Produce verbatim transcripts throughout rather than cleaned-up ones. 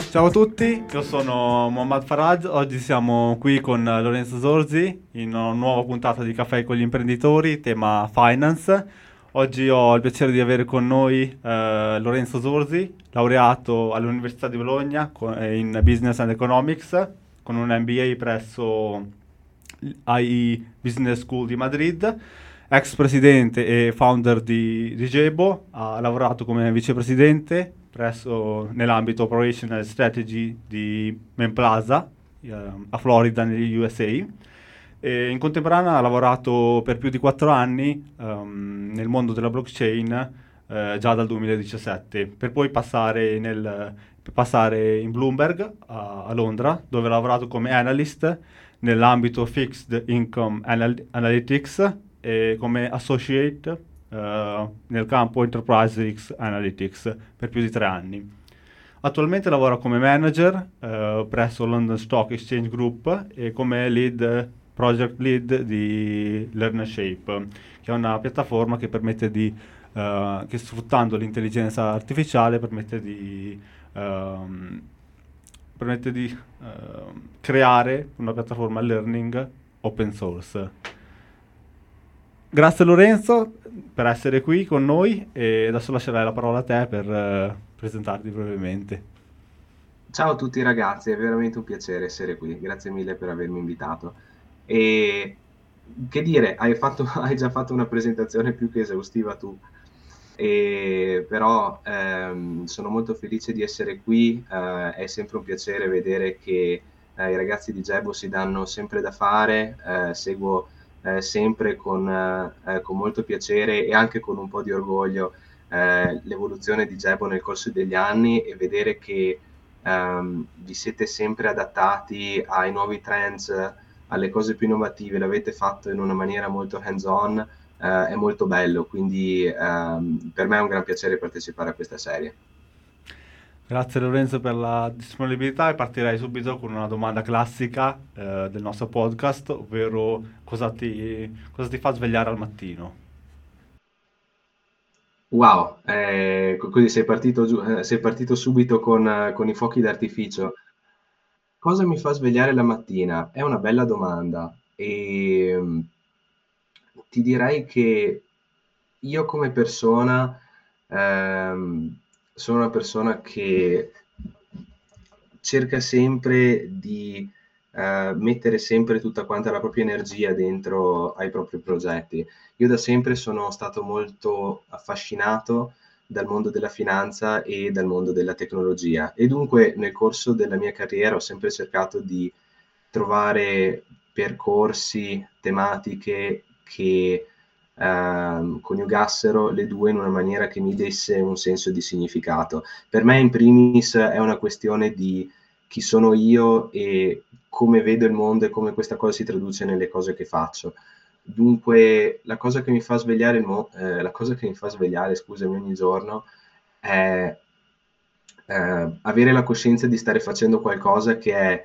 Ciao a tutti, io sono Mohammad Faraj, oggi siamo qui con Lorenzo Zorzi in una nuova puntata di Caffè con gli imprenditori, tema finance. Oggi ho il piacere di avere con noi eh, Lorenzo Zorzi, laureato all'Università di Bologna co- eh, in Business and Economics, con un M B A presso I E Business School di Madrid, ex presidente e founder di, di Gebo, ha lavorato come vicepresidente presso nell'ambito Operational Strategy di Memplaza eh, a Florida negli U S A. E in contemporanea ha lavorato per più di quattro anni ehm, nel mondo della blockchain eh, già dal duemiladiciassette, per poi passare, nel, per passare in Bloomberg a, a Londra, dove ha lavorato come analyst nell'ambito Fixed Income Anal- Analytics e come associate eh, nel campo Enterprise Risk Analytics per più di tre anni. Attualmente lavora come manager eh, presso London Stock Exchange Group e come lead, project lead di LearnerShape, che è una piattaforma che permette di, eh, che sfruttando l'intelligenza artificiale permette di, ehm, permette di ehm, creare una piattaforma learning open source. Grazie Lorenzo per essere qui con noi e adesso lascerai la parola a te per eh, presentarti brevemente. Ciao a tutti ragazzi, è veramente un piacere essere qui, grazie mille per avermi invitato. E che dire, hai fatto, hai già fatto una presentazione più che esaustiva tu, e, però ehm, sono molto felice di essere qui, eh, è sempre un piacere vedere che eh, i ragazzi di Gebo si danno sempre da fare, eh, seguo eh, sempre con, eh, con molto piacere e anche con un po' di orgoglio eh, l'evoluzione di Gebo nel corso degli anni e vedere che ehm, vi siete sempre adattati ai nuovi trends, alle cose più innovative, l'avete fatto in una maniera molto hands-on, eh, è molto bello, quindi ehm, per me è un gran piacere partecipare a questa serie. Grazie Lorenzo per la disponibilità e partirei subito con una domanda classica eh, del nostro podcast, ovvero cosa ti, cosa ti fa svegliare al mattino? Wow, eh, co- così sei partito, giu- eh, sei partito subito con, eh, con i fuochi d'artificio. Cosa mi fa svegliare la mattina? È una bella domanda e mm, ti direi che io come persona ehm, sono una persona che cerca sempre di eh, mettere sempre tutta quanta la propria energia dentro ai propri progetti. Io da sempre sono stato molto affascinato dal mondo della finanza e dal mondo della tecnologia e dunque nel corso della mia carriera ho sempre cercato di trovare percorsi, tematiche che ehm, coniugassero le due in una maniera che mi desse un senso di significato. Per me in primis è una questione di chi sono io e come vedo il mondo e come questa cosa si traduce nelle cose che faccio. Dunque, la cosa che mi fa svegliare, il mo- eh, la cosa che mi fa svegliare, scusami, ogni giorno è eh, avere la coscienza di stare facendo qualcosa che è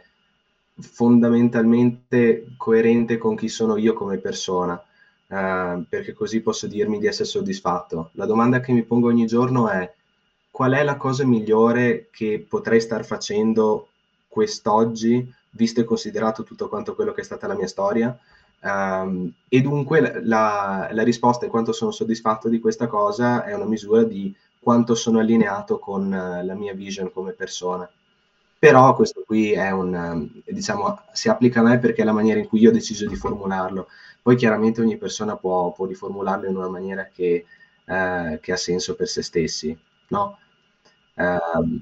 fondamentalmente coerente con chi sono io come persona, eh, perché così posso dirmi di essere soddisfatto. La domanda che mi pongo ogni giorno è qual è la cosa migliore che potrei star facendo quest'oggi, visto e considerato tutto quanto quello che è stata la mia storia? Um, e dunque la, la risposta è quanto sono soddisfatto di questa cosa è una misura di quanto sono allineato con uh, la mia vision come persona. Però questo qui è un, um, diciamo, si applica a me perché è la maniera in cui io ho deciso di formularlo. Poi chiaramente ogni persona può, può riformularlo in una maniera che, eh, che ha senso per se stessi, no? Ehm,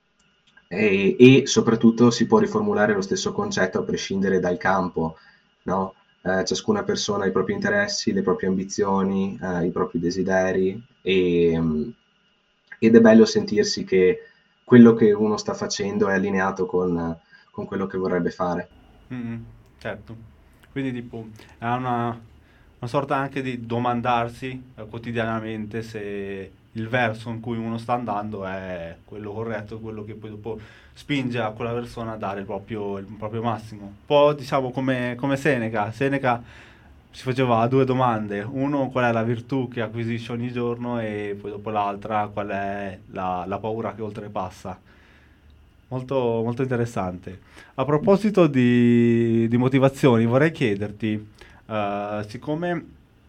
e, e soprattutto si può riformulare lo stesso concetto a prescindere dal campo, no? Eh, ciascuna persona ha i propri interessi, le proprie ambizioni, eh, i propri desideri e, mm, ed è bello sentirsi che quello che uno sta facendo è allineato con, con quello che vorrebbe fare. Mm, certo, quindi tipo è una, una sorta anche di domandarsi eh, quotidianamente se il verso in cui uno sta andando è quello corretto, quello che poi dopo spinge a quella persona a dare il proprio, il proprio massimo. Un po' diciamo come, come Seneca. Seneca si faceva due domande: uno, qual è la virtù che acquisisce ogni giorno, e poi dopo l'altra, qual è la, la paura che oltrepassa. Molto, molto interessante. A proposito di, di motivazioni, vorrei chiederti, eh, siccome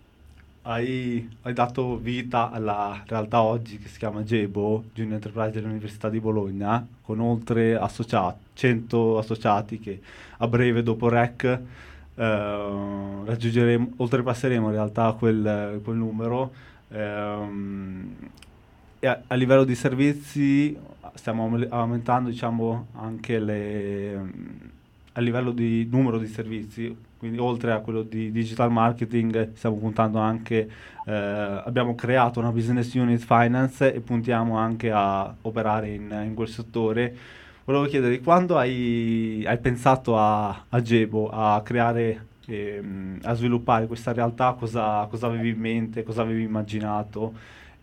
hai, hai dato vita alla realtà oggi che si chiama Gebo, Junior Enterprise dell'Università di Bologna, con oltre associati, cento associati che a breve dopo REC eh, raggiungeremo, oltrepasseremo in realtà quel, quel numero. ehm, e a, a livello di servizi stiamo aum- aumentando, diciamo, anche le, a livello di numero di servizi, quindi oltre a quello di digital marketing stiamo puntando anche, eh, abbiamo creato una business unit finance e puntiamo anche a operare in, in quel settore. Volevo chiedere, quando hai, hai pensato a, a Gebo, a creare, ehm, a sviluppare questa realtà, cosa, cosa avevi in mente, cosa avevi immaginato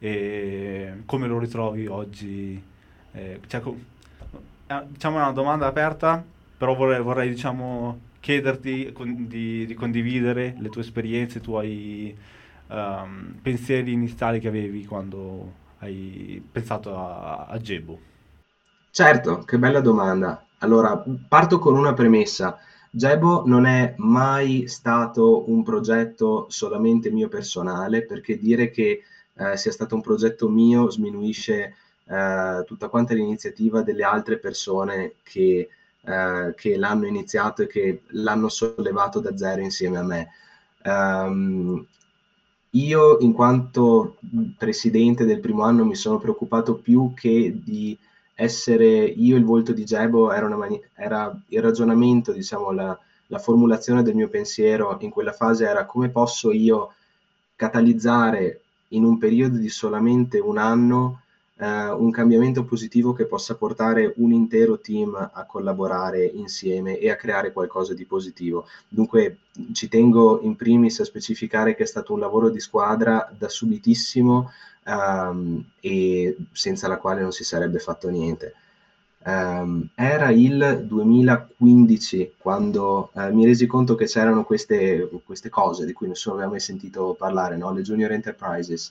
e come lo ritrovi oggi? Eh, cioè, co- eh, diciamo è una domanda aperta, però vorrei, vorrei, diciamo, chiederti con- di, di condividere le tue esperienze, i tuoi ehm, pensieri iniziali che avevi quando hai pensato a, a Gebo. Certo, che bella domanda. Allora, parto con una premessa. Gebo non è mai stato un progetto solamente mio personale, perché dire che eh, sia stato un progetto mio sminuisce eh, tutta quanta l'iniziativa delle altre persone che, eh, che l'hanno iniziato e che l'hanno sollevato da zero insieme a me. Ehm, io, in quanto presidente del primo anno, mi sono preoccupato più che di essere io il volto di Gebo, era, una mani- era il ragionamento, diciamo, la, la formulazione del mio pensiero in quella fase era: come posso io catalizzare in un periodo di solamente un anno eh, un cambiamento positivo che possa portare un intero team a collaborare insieme e a creare qualcosa di positivo. Dunque ci tengo in primis a specificare che è stato un lavoro di squadra da subitissimo, um, e senza la quale non si sarebbe fatto niente. Um, era il duemilaquindici quando uh, mi resi conto che c'erano queste, queste cose di cui nessuno aveva mai sentito parlare, no? Le Junior Enterprises.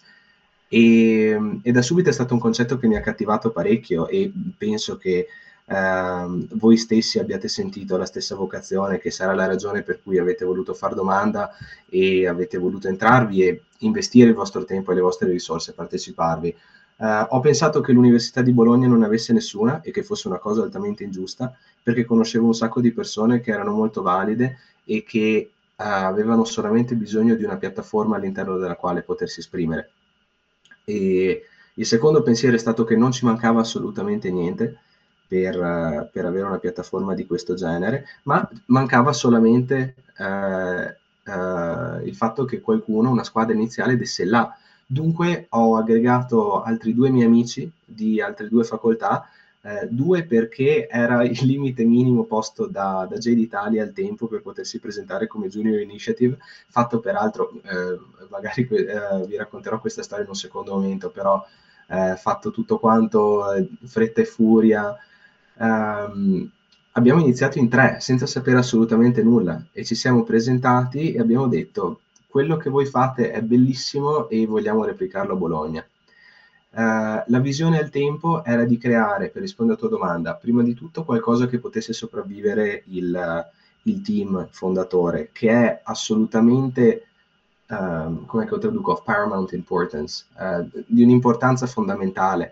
E, e da subito è stato un concetto che mi ha cattivato parecchio, e penso che ehm, voi stessi abbiate sentito la stessa vocazione, che sarà la ragione per cui avete voluto far domanda e avete voluto entrarvi e investire il vostro tempo e le vostre risorse, parteciparvi. Uh, ho pensato che l'Università di Bologna non avesse nessuna e che fosse una cosa altamente ingiusta, perché conoscevo un sacco di persone che erano molto valide e che uh, avevano solamente bisogno di una piattaforma all'interno della quale potersi esprimere. E il secondo pensiero è stato che non ci mancava assolutamente niente per, uh, per avere una piattaforma di questo genere, ma mancava solamente uh, uh, il fatto che qualcuno, una squadra iniziale, desse là. Dunque ho aggregato altri due miei amici di altre due facoltà, eh, due perché era il limite minimo posto da, da J D Italia al tempo per potersi presentare come Junior Initiative, fatto peraltro, eh, magari eh, vi racconterò questa storia in un secondo momento, però eh, fatto tutto quanto, eh, fretta e furia. ehm, Abbiamo iniziato in tre senza sapere assolutamente nulla e ci siamo presentati e abbiamo detto: quello che voi fate è bellissimo e vogliamo replicarlo a Bologna. Uh, la visione al tempo era di creare, per rispondere alla tua domanda, prima di tutto qualcosa che potesse sopravvivere il, il team fondatore, che è assolutamente, uh, come che lo traduco, of paramount importance, uh, di un'importanza fondamentale,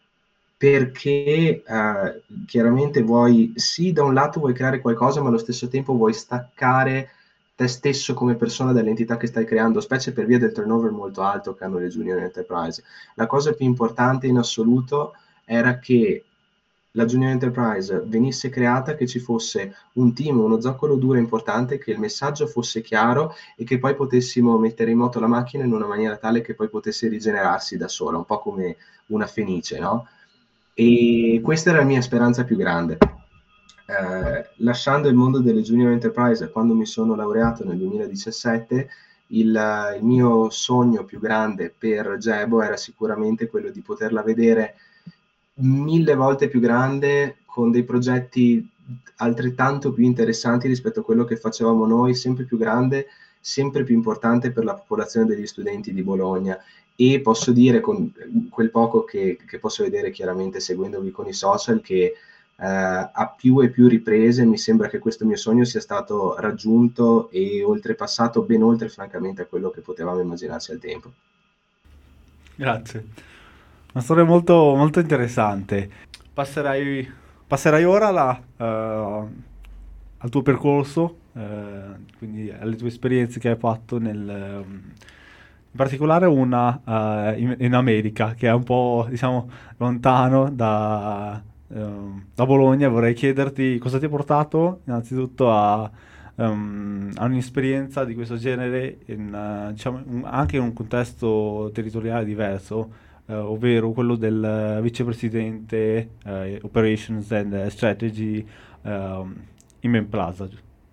perché uh, chiaramente vuoi, sì, da un lato vuoi creare qualcosa, ma allo stesso tempo vuoi staccare te stesso come persona dall'entità che stai creando, specie per via del turnover molto alto che hanno le Junior Enterprise. La cosa più importante in assoluto era che la Junior Enterprise venisse creata, che ci fosse un team, uno zoccolo duro importante, che il messaggio fosse chiaro e che poi potessimo mettere in moto la macchina in una maniera tale che poi potesse rigenerarsi da sola, un po' come una fenice, no? E questa era la mia speranza più grande. Eh, lasciando il mondo delle Junior Enterprise, quando mi sono laureato nel duemiladiciassette, il, il mio sogno più grande per Gebo era sicuramente quello di poterla vedere mille volte più grande, con dei progetti altrettanto più interessanti rispetto a quello che facevamo noi, sempre più grande, sempre più importante per la popolazione degli studenti di Bologna. E posso dire, con quel poco che, che posso vedere chiaramente seguendovi con i social, che eh, a più e più riprese mi sembra che questo mio sogno sia stato raggiunto e oltrepassato ben oltre, francamente, a quello che potevamo immaginarci al tempo. Grazie. Una storia molto, molto interessante. Passerai, passerai ora alla, eh, al tuo percorso, eh, quindi alle tue esperienze che hai fatto nel, ehm, in particolare una eh, in, in America, che è un po', diciamo, lontano da, ehm, da Bologna. Vorrei chiederti cosa ti ha portato innanzitutto a, ehm, a un'esperienza di questo genere in, eh, diciamo, un- anche in un contesto territoriale diverso, eh, ovvero quello del eh, vicepresidente eh, Operations and Strategy ehm, in Men Plaza.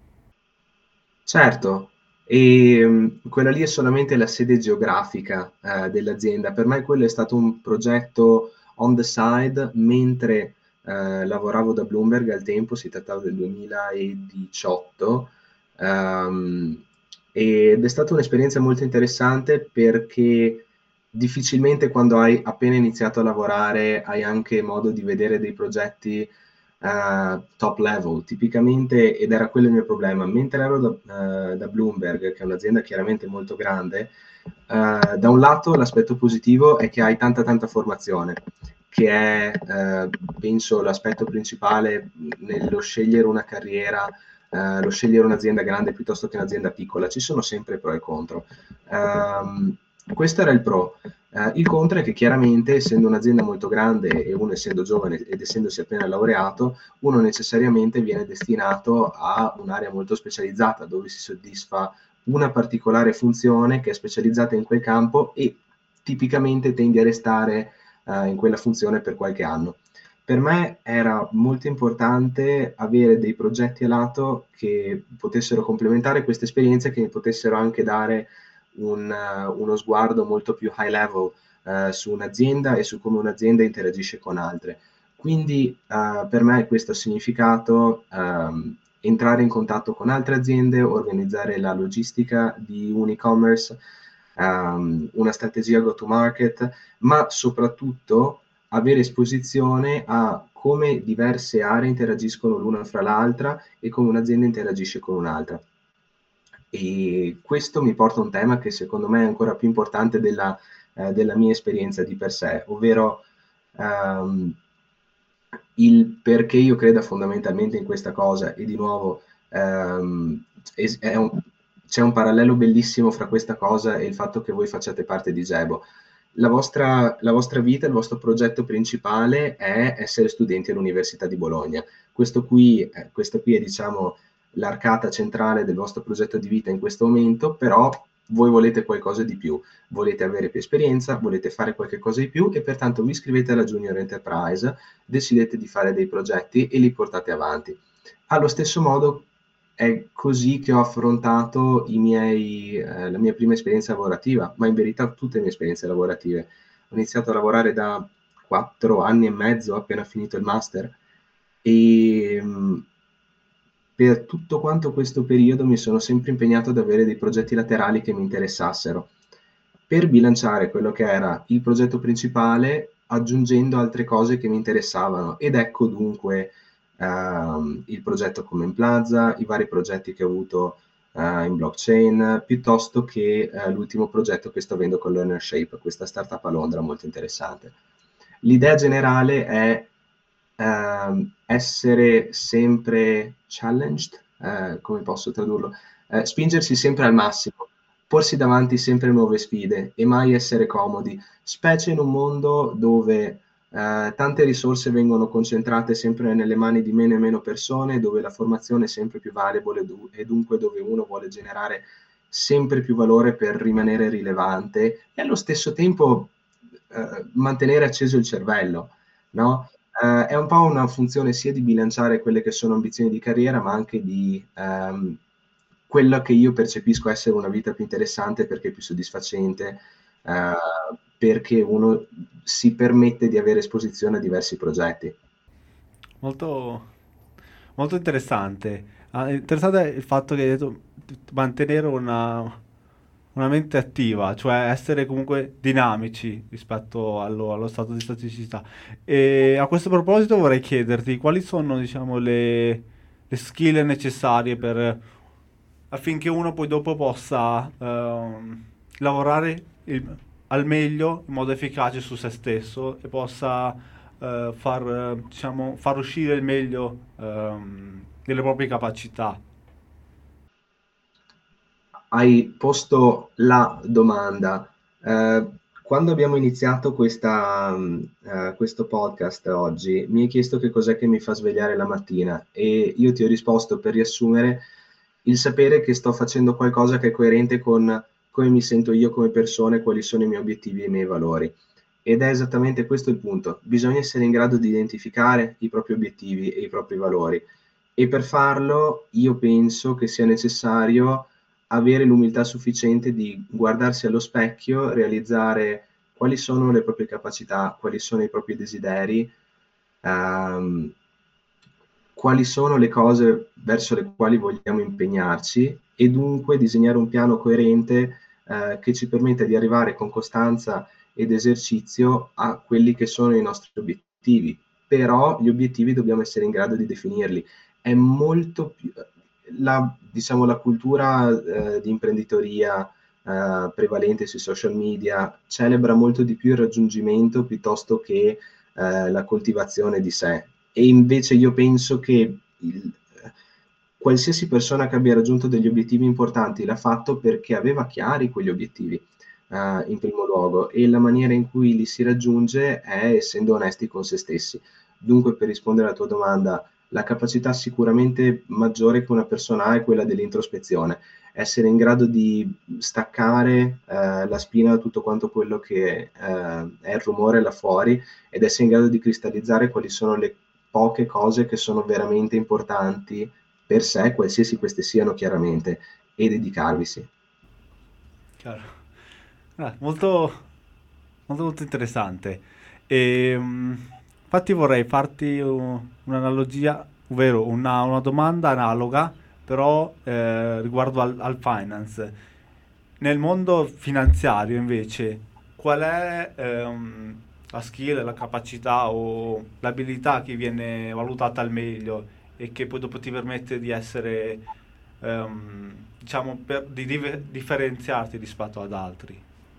Certo, e quella lì è solamente la sede geografica eh, dell'azienda. Per me quello è stato un progetto on the side mentre eh, lavoravo da Bloomberg al tempo, si trattava del duemiladiciotto, ehm, ed è stata un'esperienza molto interessante perché difficilmente quando hai appena iniziato a lavorare hai anche modo di vedere dei progetti eh, top level, tipicamente, ed era quello il mio problema. Mentre ero da, eh, da Bloomberg, che è un'azienda chiaramente molto grande, eh, da un lato l'aspetto positivo è che hai tanta tanta formazione, che è, eh, penso, l'aspetto principale nello scegliere una carriera, eh, lo scegliere un'azienda grande piuttosto che un'azienda piccola. Ci sono sempre pro e contro. Um, questo era il pro. Uh, il contro è che chiaramente, essendo un'azienda molto grande e uno essendo giovane ed essendosi appena laureato, uno necessariamente viene destinato a un'area molto specializzata dove si soddisfa una particolare funzione che è specializzata in quel campo e tipicamente tendi a restare uh, in quella funzione per qualche anno. Per me era molto importante avere dei progetti a lato che potessero complementare queste esperienze, che mi potessero anche dare un, uh, uno sguardo molto più high level uh, su un'azienda e su come un'azienda interagisce con altre. Quindi uh, per me questo ha significato um, entrare in contatto con altre aziende, organizzare la logistica di un e-commerce, um, una strategia go-to-market, ma soprattutto avere esposizione a come diverse aree interagiscono l'una fra l'altra e come un'azienda interagisce con un'altra. E questo mi porta a un tema che secondo me è ancora più importante della, eh, della mia esperienza di per sé, ovvero um, il perché io creda fondamentalmente in questa cosa. E di nuovo um, es- è un- c'è un parallelo bellissimo fra questa cosa e il fatto che voi facciate parte di Gebo. La vostra, la vostra vita, il vostro progetto principale è essere studenti all'Università di Bologna. Questo qui, eh, questa qui è, diciamo, l'arcata centrale del vostro progetto di vita in questo momento, però voi volete qualcosa di più, volete avere più esperienza, volete fare qualche cosa di più e pertanto vi iscrivete alla Junior Enterprise, decidete di fare dei progetti e li portate avanti. Allo stesso modo è così che ho affrontato i miei, eh, la mia prima esperienza lavorativa, ma in verità tutte le mie esperienze lavorative. Ho iniziato a lavorare da quattro anni e mezzo, appena finito il master, e mh, per tutto quanto questo periodo mi sono sempre impegnato ad avere dei progetti laterali che mi interessassero, per bilanciare quello che era il progetto principale aggiungendo altre cose che mi interessavano. Ed ecco dunque ehm, il progetto come in Plaza, i vari progetti che ho avuto eh, in blockchain, piuttosto che eh, l'ultimo progetto che sto avendo con LearnerShape, questa startup a Londra molto interessante. L'idea generale è ehm, essere sempre challenged, eh, come posso tradurlo? Eh, spingersi sempre al massimo, porsi davanti sempre nuove sfide e mai essere comodi, specie in un mondo dove eh, tante risorse vengono concentrate sempre nelle mani di meno e meno persone, dove la formazione è sempre più valuable e dunque dove uno vuole generare sempre più valore per rimanere rilevante e allo stesso tempo eh, mantenere acceso il cervello, no? Eh, è un po' una funzione sia di bilanciare quelle che sono ambizioni di carriera, ma anche di ehm, quella che io percepisco essere una vita più interessante perché più soddisfacente, eh, perché uno si permette di avere esposizione a diversi progetti. Molto, molto interessante. Ah, interessante è il fatto che hai detto mantenere una, una mente attiva, cioè essere comunque dinamici rispetto allo, allo stato di staticità. E a questo proposito vorrei chiederti quali sono, diciamo, le, le skill necessarie per, affinché uno poi dopo possa ehm, lavorare il- al meglio in modo efficace su se stesso e possa eh, far, eh, diciamo, far uscire il meglio ehm, delle proprie capacità. Hai posto la domanda. Eh, quando abbiamo iniziato questa, mh, eh, questo podcast oggi, mi hai chiesto che cos'è che mi fa svegliare la mattina e io ti ho risposto per riassumere il sapere che sto facendo qualcosa che è coerente con come mi sento io come persona e quali sono i miei obiettivi e i miei valori. Ed è esattamente questo il punto. Bisogna essere in grado di identificare i propri obiettivi e i propri valori. E per farlo io penso che sia necessario avere l'umiltà sufficiente di guardarsi allo specchio, realizzare quali sono le proprie capacità, quali sono i propri desideri, ehm, quali sono le cose verso le quali vogliamo impegnarci e dunque disegnare un piano coerente eh, che ci permetta di arrivare con costanza ed esercizio a quelli che sono i nostri obiettivi. Però gli obiettivi dobbiamo essere in grado di definirli. È molto più la, diciamo, la cultura eh, di imprenditoria eh, prevalente sui social media celebra molto di più il raggiungimento piuttosto che eh, la coltivazione di sé. E invece io penso che il, qualsiasi persona che abbia raggiunto degli obiettivi importanti l'ha fatto perché aveva chiari quegli obiettivi eh, in primo luogo e la maniera in cui li si raggiunge è essendo onesti con se stessi. Dunque, per rispondere alla tua domanda, la capacità sicuramente maggiore che una persona ha è quella dell'introspezione, essere in grado di staccare eh, la spina da tutto quanto quello che eh, è il rumore là fuori ed essere in grado di cristallizzare quali sono le poche cose che sono veramente importanti per sé, qualsiasi queste siano chiaramente, e dedicarvisi. Chiaro. Ah, molto, molto, molto interessante. E, mm, infatti vorrei farti u- un'analogia, ovvero una, una domanda analoga, però eh, riguardo al, al finance. Nel mondo finanziario, invece, qual è ehm, la skill, la capacità o l'abilità che viene valutata al meglio e che poi dopo ti permette di essere, ehm, diciamo, per- di dive- differenziarti rispetto ad altri?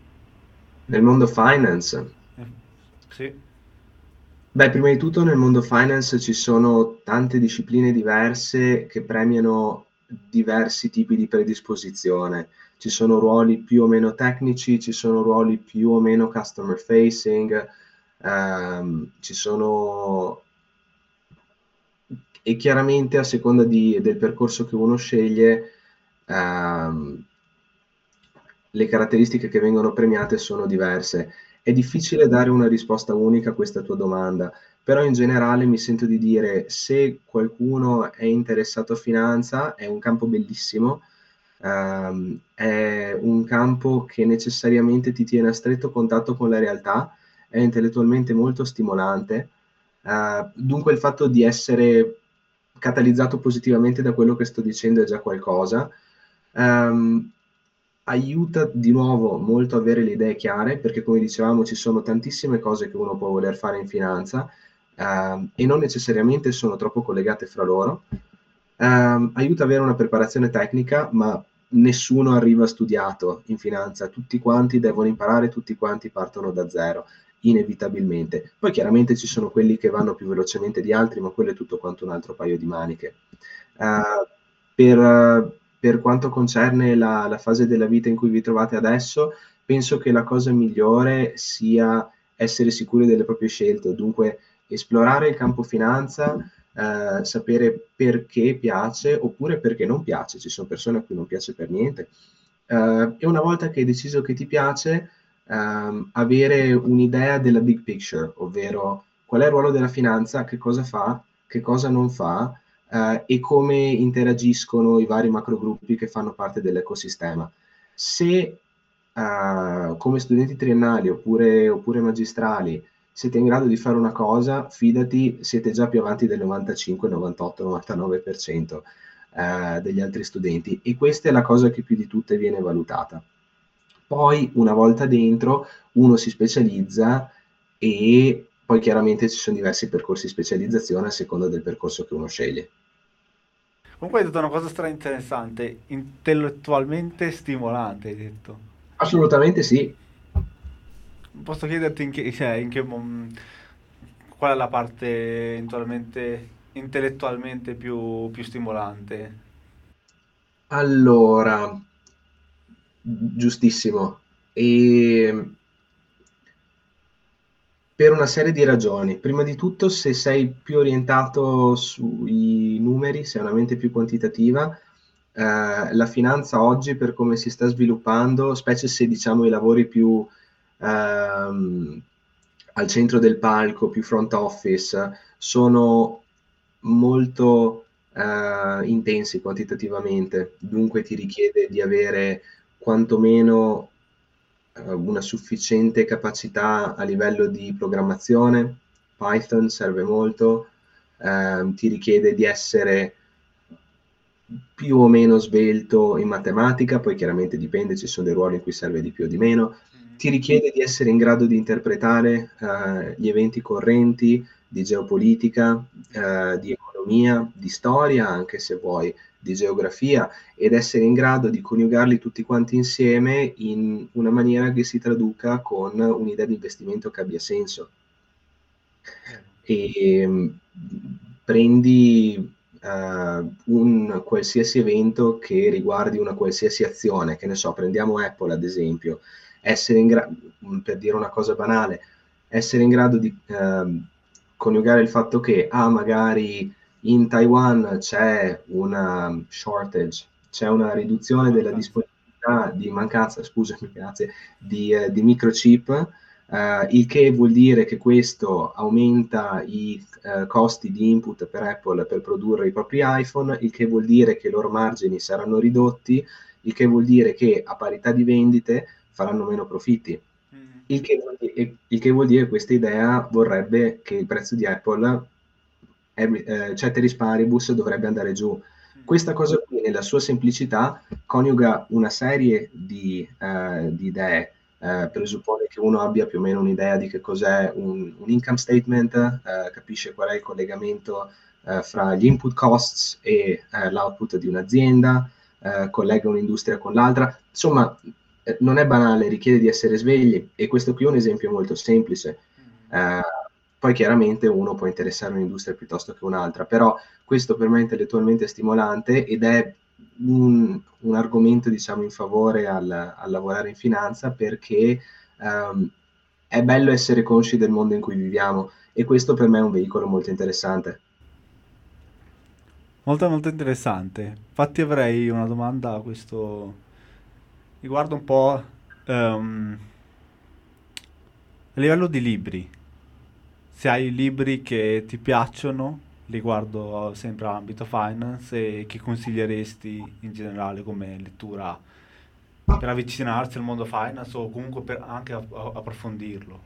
Nel mondo finance, Eh, sì, beh, prima di tutto nel mondo finance ci sono tante discipline diverse che premiano diversi tipi di predisposizione. Ci sono ruoli più o meno tecnici, ci sono ruoli più o meno customer facing, ehm, ci sono e chiaramente a seconda di- del percorso che uno sceglie, ehm, le caratteristiche che vengono premiate sono diverse. È difficile dare una risposta unica a questa tua domanda, però in generale mi sento di dire se qualcuno è interessato a finanza è un campo bellissimo, ehm, è un campo che necessariamente ti tiene a stretto contatto con la realtà, è intellettualmente molto stimolante, eh, dunque il fatto di essere catalizzato positivamente da quello che sto dicendo è già qualcosa. Ehm, aiuta di nuovo molto avere le idee chiare, perché come dicevamo ci sono tantissime cose che uno può voler fare in finanza ehm, e non necessariamente sono troppo collegate fra loro. Ehm, aiuta ad avere una preparazione tecnica, ma nessuno arriva studiato in finanza, tutti quanti devono imparare, tutti quanti partono da zero, inevitabilmente. Poi chiaramente ci sono quelli che vanno più velocemente di altri, ma quello è tutto quanto un altro paio di maniche. Eh, per, per quanto concerne la, la fase della vita in cui vi trovate adesso, penso che la cosa migliore sia essere sicuri delle proprie scelte, dunque esplorare il campo finanza, eh, sapere perché piace oppure perché non piace, ci sono persone a cui non piace per niente. Eh, e una volta che hai deciso che ti piace, ehm, avere un'idea della big picture, ovvero qual è il ruolo della finanza, che cosa fa, che cosa non fa, eh, e come interagiscono i vari macrogruppi che fanno parte dell'ecosistema. Se eh, come studenti triennali oppure, oppure magistrali siete in grado di fare una cosa, fidati, siete già più avanti del novantacinque, novantotto, novantanove per cento eh, degli altri studenti e questa è la cosa che più di tutte viene valutata. Poi una volta dentro uno si specializza e poi chiaramente ci sono diversi percorsi di specializzazione a seconda del percorso che uno sceglie. Comunque hai detto una cosa stra interessante, intellettualmente stimolante, hai detto. Assolutamente sì. Posso chiederti in che, cioè, in che mom- qual è la parte intellettualmente, intellettualmente più, più stimolante? Allora, giustissimo. E per una serie di ragioni. Prima di tutto, se sei più orientato sui numeri, se hai una mente più quantitativa, eh, la finanza oggi, per come si sta sviluppando, specie se diciamo i lavori più ehm, al centro del palco, più front office, sono molto eh, intensi quantitativamente, dunque ti richiede di avere quantomeno eh, una sufficiente capacità a livello di programmazione. Python serve molto, ehm, ti richiede di essere più o meno svelto in matematica, poi chiaramente dipende, ci sono dei ruoli in cui serve di più o di meno. Mm. Ti richiede di essere in grado di interpretare eh, gli eventi correnti di geopolitica, Mhm. eh, di economia, di storia, anche se vuoi, di geografia, ed essere in grado di coniugarli tutti quanti insieme in una maniera che si traduca con un'idea di investimento che abbia senso. Vero. E mh, prendi eh, un qualsiasi evento che riguardi una qualsiasi azione, che ne so, prendiamo Apple ad esempio, essere in grado, per dire una cosa banale, essere in grado di ehm, coniugare il fatto che ah, magari in Taiwan c'è una shortage, c'è una riduzione della Mancanza. disponibilità di mancanza, scusami, grazie, di, eh, di microchip, eh, il che vuol dire che questo aumenta i eh, costi di input per Apple per produrre i propri iPhone, il che vuol dire che i loro margini saranno ridotti, il che vuol dire che a parità di vendite faranno meno profitti. Mm. Il che, vuol dire, il che vuol dire che questa idea vorrebbe che il prezzo di Apple, every, eh, ceteris paribus, dovrebbe andare giù. Mm. Questa cosa qui, nella sua semplicità, coniuga una serie di, eh, di idee. Eh, presuppone che uno abbia più o meno un'idea di che cos'è un, un income statement, eh, capisce qual è il collegamento eh, fra gli input costs e eh, l'output di un'azienda, eh, collega un'industria con l'altra. Insomma, eh, non è banale, richiede di essere svegli e questo qui è un esempio molto semplice. Mm. Eh, poi chiaramente uno può interessare un'industria piuttosto che un'altra, però questo per me è intellettualmente stimolante ed è un, un argomento diciamo in favore al, al lavorare in finanza perché ehm, è bello essere consci del mondo in cui viviamo e questo per me è un veicolo molto interessante. Molto molto interessante. Infatti avrei una domanda a questo riguardo un po' ehm, a livello di libri. Se hai libri che ti piacciono riguardo sempre all'ambito finance e che consiglieresti in generale come lettura per avvicinarsi al mondo finance o comunque per anche a- a- approfondirlo.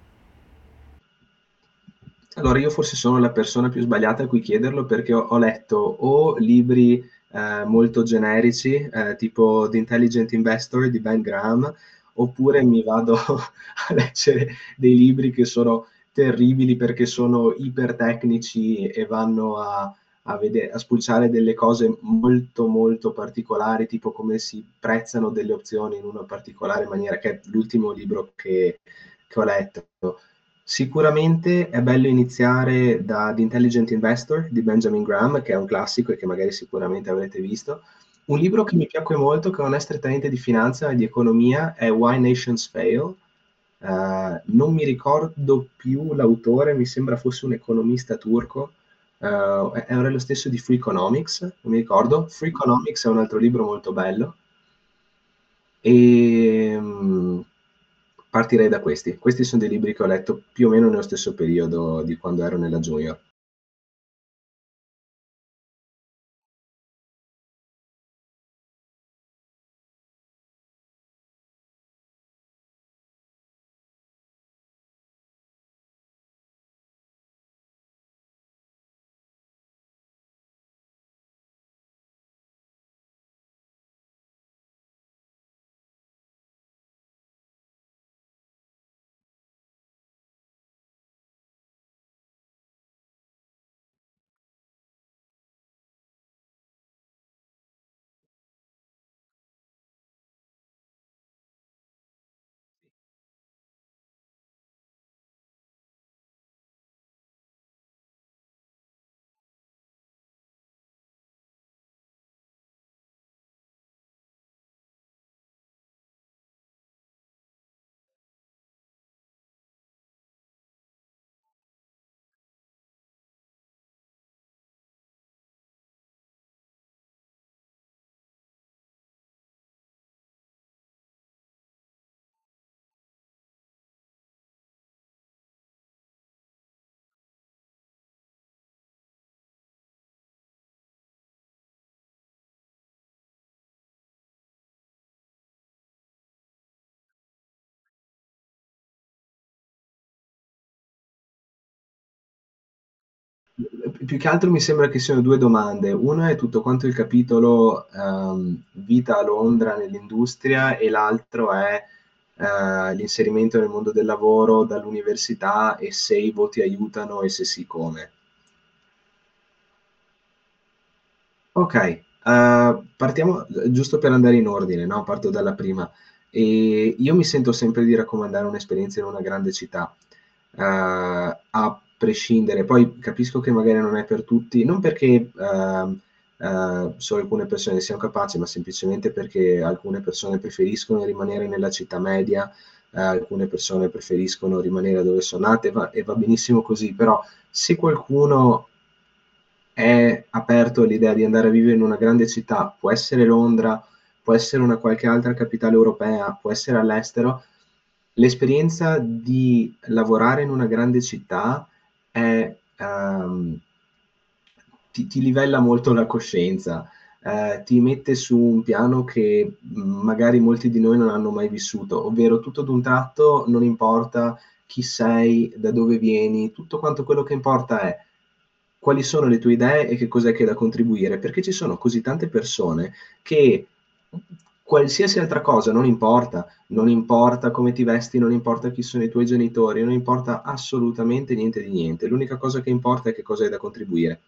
Allora, io forse sono la persona più sbagliata a cui chiederlo perché ho, ho letto o libri eh, molto generici, eh, tipo The Intelligent Investor di Ben Graham, oppure mi vado a leggere dei libri che sono terribili perché sono ipertecnici e vanno a, a, vedere, a spulciare delle cose molto molto particolari, tipo come si prezzano delle opzioni in una particolare maniera, che è l'ultimo libro che, che ho letto. Sicuramente è bello iniziare da The Intelligent Investor di Benjamin Graham, che è un classico e che magari sicuramente avrete visto. Un libro che mi piacque molto, che non è strettamente di finanza, ma di economia, è Why Nations Fail. Eh, non mi ricordo più l'autore, mi sembra fosse un economista turco. Eh, era lo stesso di Free Economics, non mi ricordo. Free Economics è un altro libro molto bello. E mh, partirei da questi. Questi sono dei libri che ho letto più o meno nello stesso periodo di quando ero nella junior. Più che altro mi sembra che siano due domande. Una è tutto quanto il capitolo ehm, vita a Londra nell'industria e l'altro è eh, l'inserimento nel mondo del lavoro dall'università e se i voti aiutano e se sì come. Ok, eh, partiamo giusto per andare in ordine, no? Parto dalla prima. E io mi sento sempre di raccomandare un'esperienza in una grande città, eh, a prescindere. Poi capisco che magari non è per tutti, non perché ehm, eh, solo alcune persone siano capaci, ma semplicemente perché alcune persone preferiscono rimanere nella città media, eh, alcune persone preferiscono rimanere dove sono nate, va- e va benissimo così, però se qualcuno è aperto all'idea di andare a vivere in una grande città, può essere Londra, può essere una qualche altra capitale europea, può essere all'estero, l'esperienza di lavorare in una grande città è, ehm, ti, ti livella molto la coscienza, eh, ti mette su un piano che mh, magari molti di noi non hanno mai vissuto, ovvero tutto d'un tratto non importa chi sei, da dove vieni, tutto quanto quello che importa è quali sono le tue idee e che cos'è che hai da contribuire, perché ci sono così tante persone che qualsiasi altra cosa non importa, non importa come ti vesti, non importa chi sono i tuoi genitori, non importa assolutamente niente di niente, l'unica cosa che importa è che cosa hai da contribuire.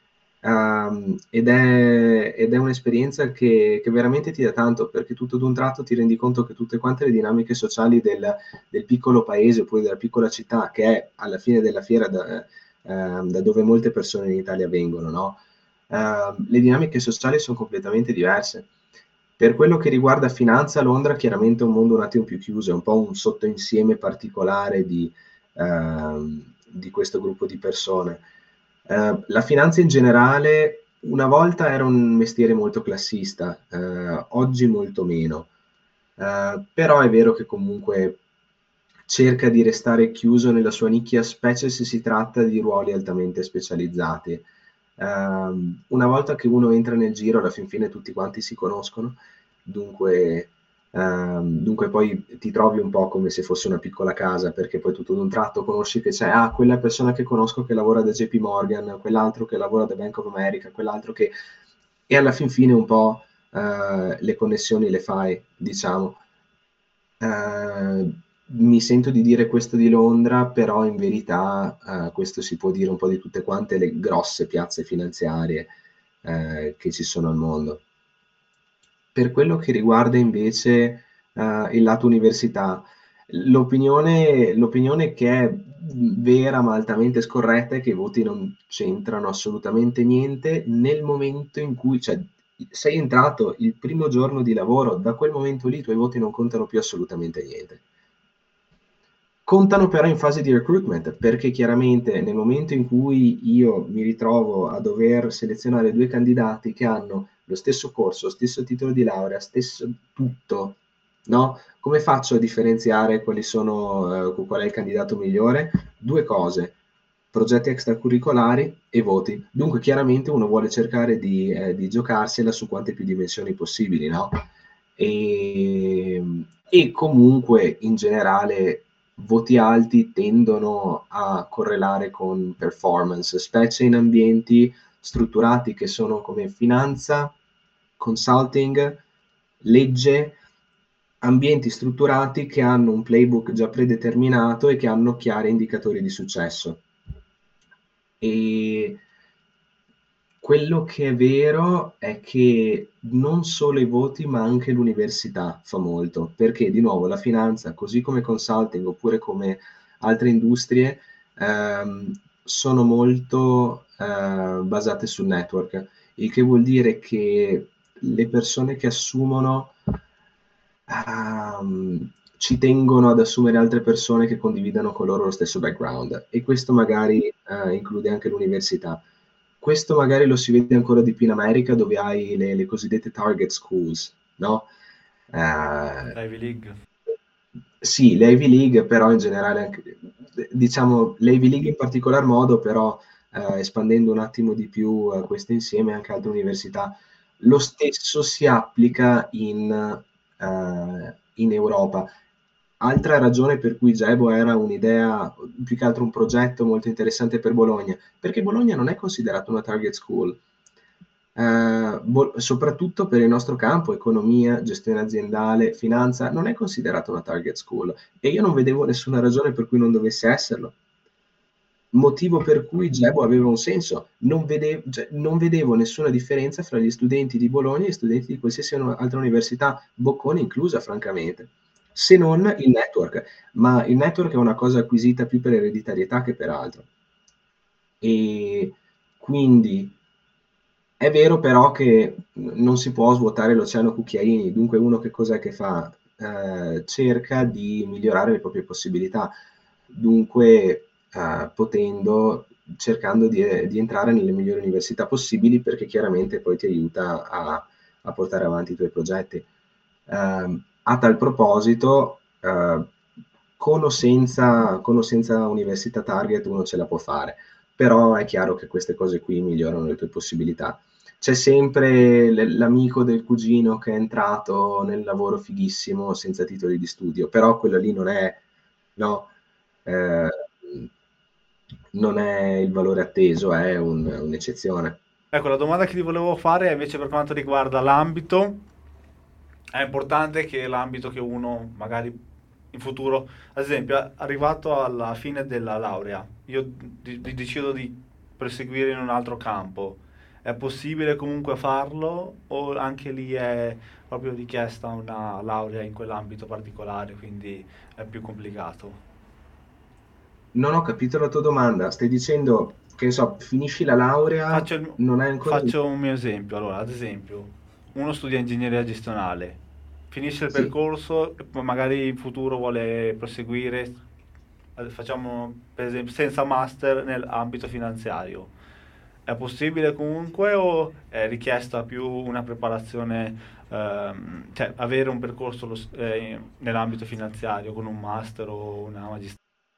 Um, ed, è, ed è un'esperienza che, che veramente ti dà tanto, perché tutto d'un tratto ti rendi conto che tutte quante le dinamiche sociali del, del piccolo paese oppure della piccola città, che è alla fine della fiera da, ehm, da dove molte persone in Italia vengono, no? Ehm, le dinamiche sociali sono completamente diverse. Per quello che riguarda finanza, Londra chiaramente è un mondo un attimo più chiuso, è un po' un sottoinsieme particolare di, ehm, di questo gruppo di persone. Eh, la finanza in generale una volta era un mestiere molto classista, eh, oggi molto meno. Eh, però è vero che comunque cerca di restare chiuso nella sua nicchia, specie se si tratta di ruoli altamente specializzati. Um, una volta che uno entra nel giro, alla fin fine tutti quanti si conoscono, dunque, um, dunque poi ti trovi un po' come se fosse una piccola casa, perché poi tutto d'un tratto conosci che c'è, ah, quella persona che conosco che lavora da J P Morgan, quell'altro che lavora da Bank of America, quell'altro che... E alla fin fine un po' uh, le connessioni le fai, diciamo. Uh, mi sento di dire questo di Londra, però in verità uh, questo si può dire un po' di tutte quante le grosse piazze finanziarie uh, che ci sono al mondo. Per quello che riguarda invece uh, il lato università, l'opinione, l'opinione che è vera ma altamente scorretta è che i voti non c'entrano assolutamente niente nel momento in cui, cioè, sei entrato il primo giorno di lavoro, da quel momento lì i tuoi voti non contano più assolutamente niente. Contano però in fase di recruitment, perché chiaramente nel momento in cui io mi ritrovo a dover selezionare due candidati che hanno lo stesso corso, stesso titolo di laurea, stesso tutto, no? Come faccio a differenziare quali sono, eh, qual è il candidato migliore? Due cose, progetti extracurricolari e voti. Dunque chiaramente uno vuole cercare di, eh, di giocarsela su quante più dimensioni possibili, no? E, e comunque in generale voti alti tendono a correlare con performance, specie in ambienti strutturati che sono come finanza, consulting, legge, ambienti strutturati che hanno un playbook già predeterminato e che hanno chiari indicatori di successo. E quello che è vero è che non solo i voti, ma anche l'università fa molto, perché di nuovo la finanza, così come consulting oppure come altre industrie, ehm, sono molto eh, basate sul network, il che vuol dire che le persone che assumono ehm, ci tengono ad assumere altre persone che condividano con loro lo stesso background e questo magari eh, include anche l'università. Questo magari lo si vede ancora di più in America dove hai le, le cosiddette target schools, no? Eh, Ivy League. sì, le Ivy League, però in generale, anche, diciamo, le Ivy League in particolar modo, però eh, espandendo un attimo di più eh, questo insieme anche altre università, lo stesso si applica in, eh, in Europa. Altra ragione per cui Gebo era un'idea, più che altro un progetto molto interessante per Bologna, perché Bologna non è considerata una target school. Eh, bo- soprattutto per il nostro campo, economia, gestione aziendale, finanza, non è considerata una target school e io non vedevo nessuna ragione per cui non dovesse esserlo. Motivo per cui Gebo aveva un senso. Non, vede- cioè, non vedevo nessuna differenza fra gli studenti di Bologna e gli studenti di qualsiasi una- altra università, Bocconi inclusa, francamente, se non il network. Ma il network è una cosa acquisita più per ereditarietà che per altro. E quindi è vero però che non si può svuotare l'oceano cucchiaini, dunque uno che cos'è che fa? Eh, cerca di migliorare le proprie possibilità, dunque eh, potendo, cercando di, di entrare nelle migliori università possibili perché chiaramente poi ti aiuta a, a portare avanti i tuoi progetti. Eh, a tal proposito, eh, con o senza, con o senza università target uno ce la può fare, però è chiaro che queste cose qui migliorano le tue possibilità. C'è sempre l- l'amico del cugino che è entrato nel lavoro fighissimo senza titoli di studio, però quello lì non è, no, eh, non è il valore atteso, è un- un'eccezione. Ecco, la domanda che ti volevo fare è invece per quanto riguarda l'ambito. È importante che l'ambito che uno magari in futuro, ad esempio, a- arrivato alla fine della laurea, io di- di- decido di proseguire in un altro campo. È possibile comunque farlo o anche lì è proprio richiesta una laurea in quell'ambito particolare, quindi è più complicato? Non ho capito la tua domanda, stai dicendo che ne so, finisci la laurea, Faccio, il- non hai ancora... faccio un mio esempio. Allora, ad esempio, uno studia ingegneria gestionale, finisce il Sì, percorso e poi magari in futuro vuole proseguire, eh, facciamo per esempio, senza master nell'ambito finanziario. È possibile comunque o è richiesta più una preparazione, ehm, cioè avere un percorso lo s- eh, nell'ambito finanziario con un master o una magistrale?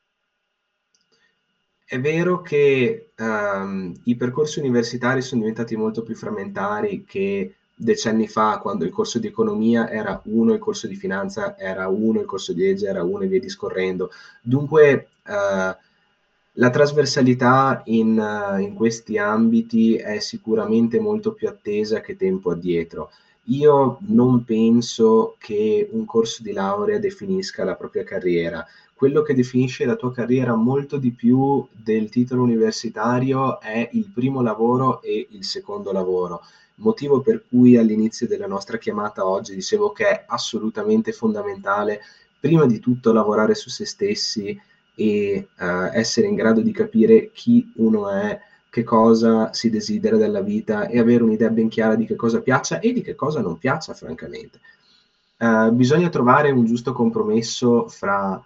è vero che ehm, i percorsi universitari sono diventati molto più frammentari che decenni fa, quando il corso di economia era uno, il corso di finanza era uno, il corso di legge era uno e via discorrendo. Dunque, eh, la trasversalità in, eh, in questi ambiti è sicuramente molto più attesa che tempo addietro. Io non penso che un corso di laurea definisca la propria carriera. Quello che definisce la tua carriera molto di più del titolo universitario è il primo lavoro e il secondo lavoro. Motivo per cui all'inizio della nostra chiamata oggi dicevo che è assolutamente fondamentale, prima di tutto, lavorare su se stessi e eh, essere in grado di capire chi uno è, che cosa si desidera dalla vita e avere un'idea ben chiara di che cosa piaccia e di che cosa non piaccia, francamente. Eh, bisogna trovare un giusto compromesso fra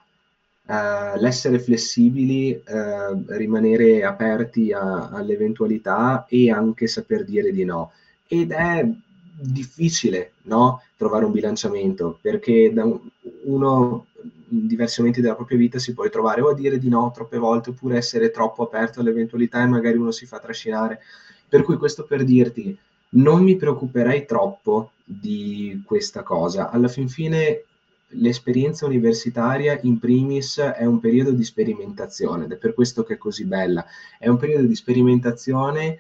eh, l'essere flessibili, eh, rimanere aperti a- alle eventualità e anche saper dire di no. Ed è difficile, no? Trovare un bilanciamento, perché da un- uno in diversi momenti della propria vita si può ritrovare o a dire di no troppe volte oppure essere troppo aperto alle eventualità e magari uno si fa trascinare. Per cui questo per dirti, non mi preoccuperei troppo di questa cosa. Alla fin fine l'esperienza universitaria in primis è un periodo di sperimentazione ed è per questo che è così bella. È un periodo di sperimentazione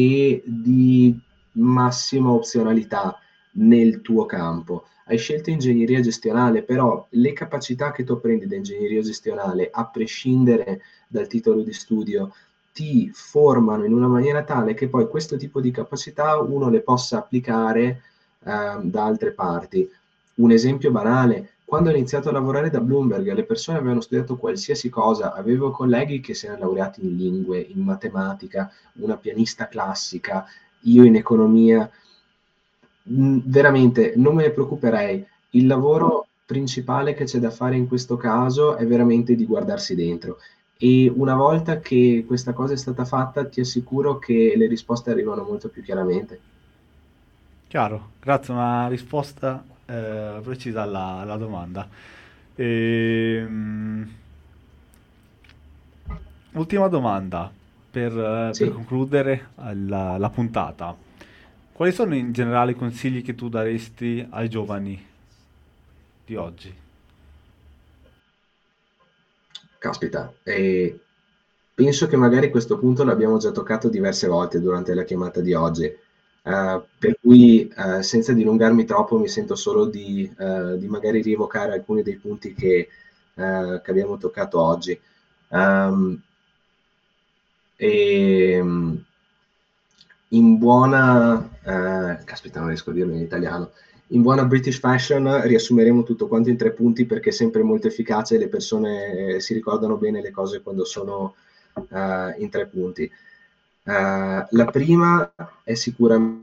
e di massima opzionalità nel tuo campo. Hai scelto ingegneria gestionale, però le capacità che tu apprendi da ingegneria gestionale, a prescindere dal titolo di studio, ti formano in una maniera tale che poi questo tipo di capacità uno le possa applicare eh, da altre parti. Un esempio banale, quando ho iniziato a lavorare da Bloomberg, le persone avevano studiato qualsiasi cosa, avevo colleghi che si erano laureati in lingue, in matematica, una pianista classica, io in economia. Mm, veramente non me ne preoccuperei. Il lavoro principale che c'è da fare in questo caso è veramente di guardarsi dentro. E una volta che questa cosa è stata fatta, ti assicuro che le risposte arrivano molto più chiaramente. Chiaro, grazie, una risposta eh, precisa alla, alla domanda. Ehm, ultima domanda per, eh, per Sì. concludere la, la puntata. Quali sono in generale i consigli che tu daresti ai giovani di oggi? Caspita, e penso che magari questo punto l'abbiamo già toccato diverse volte durante la chiamata di oggi, eh, per cui eh, senza dilungarmi troppo mi sento solo di, eh, di magari rievocare alcuni dei punti che, eh, che abbiamo toccato oggi. Um, e mm, in buona, eh, caspita, non riesco a dirlo in italiano. In buona British fashion riassumeremo tutto quanto in tre punti perché è sempre molto efficace e le persone eh, si ricordano bene le cose quando sono eh, in tre punti. Eh, la prima è sicuramente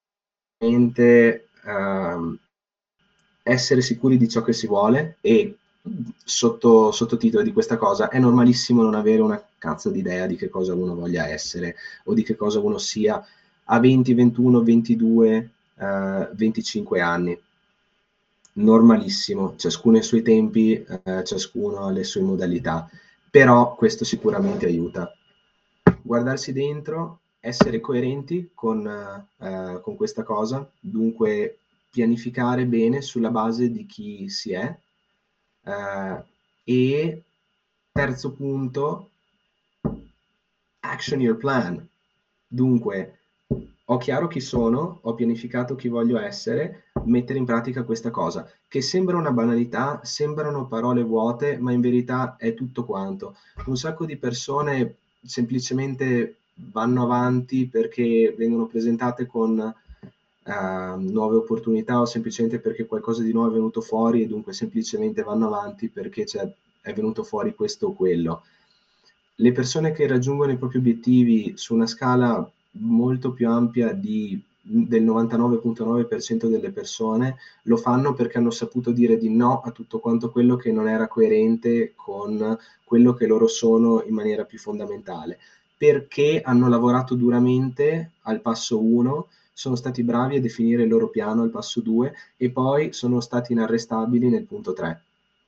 ehm, essere sicuri di ciò che si vuole e sotto sottotitolo di questa cosa è normalissimo non avere una cazzo di idea di che cosa uno voglia essere o di che cosa uno sia a venti, ventuno, ventidue, eh, venticinque anni. Normalissimo, ciascuno ha i suoi tempi, eh, ciascuno ha le sue modalità, però questo sicuramente aiuta. Guardarsi dentro, essere coerenti con, eh, con questa cosa, dunque pianificare bene sulla base di chi si è. Eh, e terzo punto, action your plan. Dunque, ho chiaro chi sono, ho pianificato chi voglio essere, mettere in pratica questa cosa, che sembra una banalità, sembrano parole vuote, ma in verità è tutto quanto. Un sacco di persone semplicemente vanno avanti perché vengono presentate con eh, nuove opportunità o semplicemente perché qualcosa di nuovo è venuto fuori e dunque semplicemente vanno avanti perché c'è, è venuto fuori questo o quello. Le persone che raggiungono i propri obiettivi su una scala molto più ampia di, del novantanove virgola nove per cento delle persone lo fanno perché hanno saputo dire di no a tutto quanto quello che non era coerente con quello che loro sono in maniera più fondamentale, perché hanno lavorato duramente al passo uno, sono stati bravi a definire il loro piano al passo due e poi sono stati inarrestabili nel punto tre.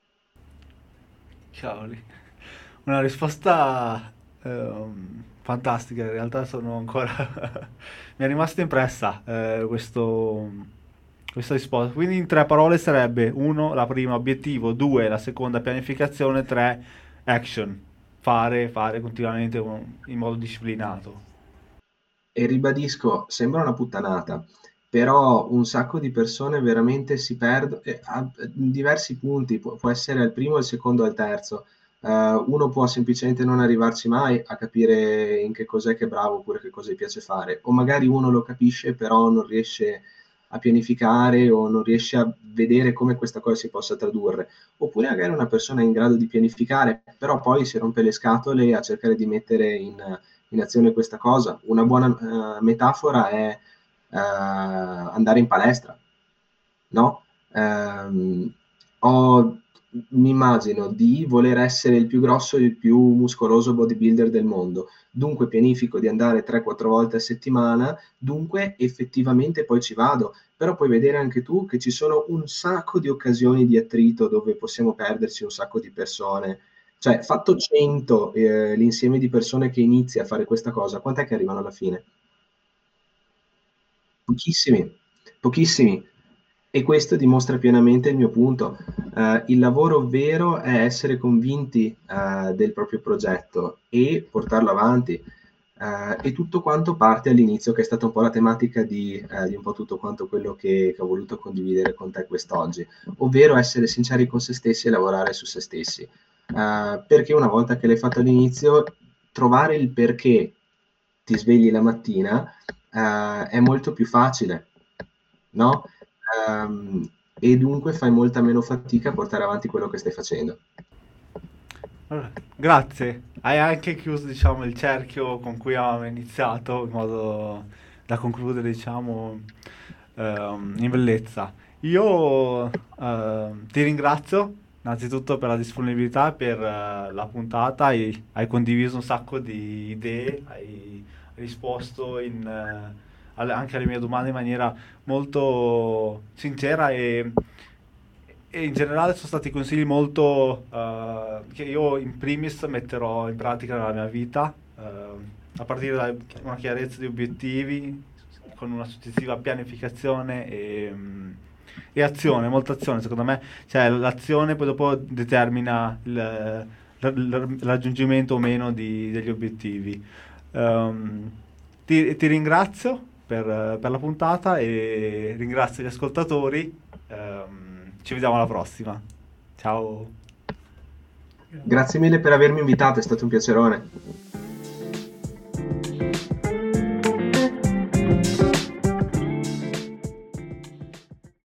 Cavoli. Una risposta ehm, fantastica, in realtà sono ancora... mi è rimasta impressa eh, questo, questa risposta. Quindi in tre parole sarebbe uno, la prima, obiettivo, due, la seconda, pianificazione, tre, action. Fare, fare continuamente un- in modo disciplinato. E ribadisco, sembra una puttanata, però un sacco di persone veramente si perdono eh, a in diversi punti, può, può essere al primo, al secondo, al terzo. Eh, uno può semplicemente non arrivarci mai a capire in che cos'è che è bravo oppure che cosa gli piace fare, o magari uno lo capisce però non riesce a pianificare o non riesce a vedere come questa cosa si possa tradurre, oppure magari una persona è in grado di pianificare, però poi si rompe le scatole a cercare di mettere in in azione questa cosa. Una buona uh, metafora è uh, andare in palestra, no? Um, ho, mi immagino di voler essere il più grosso e il più muscoloso bodybuilder del mondo, dunque pianifico di andare tre quattro volte a settimana, dunque effettivamente poi ci vado, però puoi vedere anche tu che ci sono un sacco di occasioni di attrito dove possiamo perderci un sacco di persone. Cioè, fatto cento eh, l'insieme di persone che inizia a fare questa cosa, quant'è che arrivano alla fine? Pochissimi, pochissimi. E questo dimostra pienamente il mio punto. Eh, il lavoro vero è essere convinti eh, del proprio progetto e portarlo avanti. Eh, e tutto quanto parte all'inizio, che è stata un po' la tematica di, eh, di un po' tutto quanto quello che, che ho voluto condividere con te quest'oggi, ovvero essere sinceri con se stessi e lavorare su se stessi. Eh, perché una volta che l'hai fatto all'inizio, trovare il perché ti svegli la mattina eh, è molto più facile, no? Ehm, e dunque fai molta meno fatica a portare avanti quello che stai facendo. Allora, grazie. Hai anche chiuso, diciamo, il cerchio con cui avevamo iniziato, in modo da concludere, diciamo, ehm, in bellezza. Io ehm, ti ringrazio innanzitutto per la disponibilità, per eh, la puntata, hai, hai condiviso un sacco di idee, hai risposto in, eh, alle- anche alle mie domande in maniera molto sincera e e in generale sono stati consigli molto eh, che io in primis metterò in pratica nella mia vita, eh, a partire da una chiarezza di obiettivi, con una successiva pianificazione e, mm, e azione, molta azione secondo me, cioè l'azione poi dopo determina il, l- raggiungimento o meno di- degli obiettivi. Ehm, ti, ti ringrazio per, per la puntata e ringrazio gli ascoltatori. Ehm, ci vediamo alla prossima. Ciao. Grazie mille per avermi invitato, è stato un piacerone.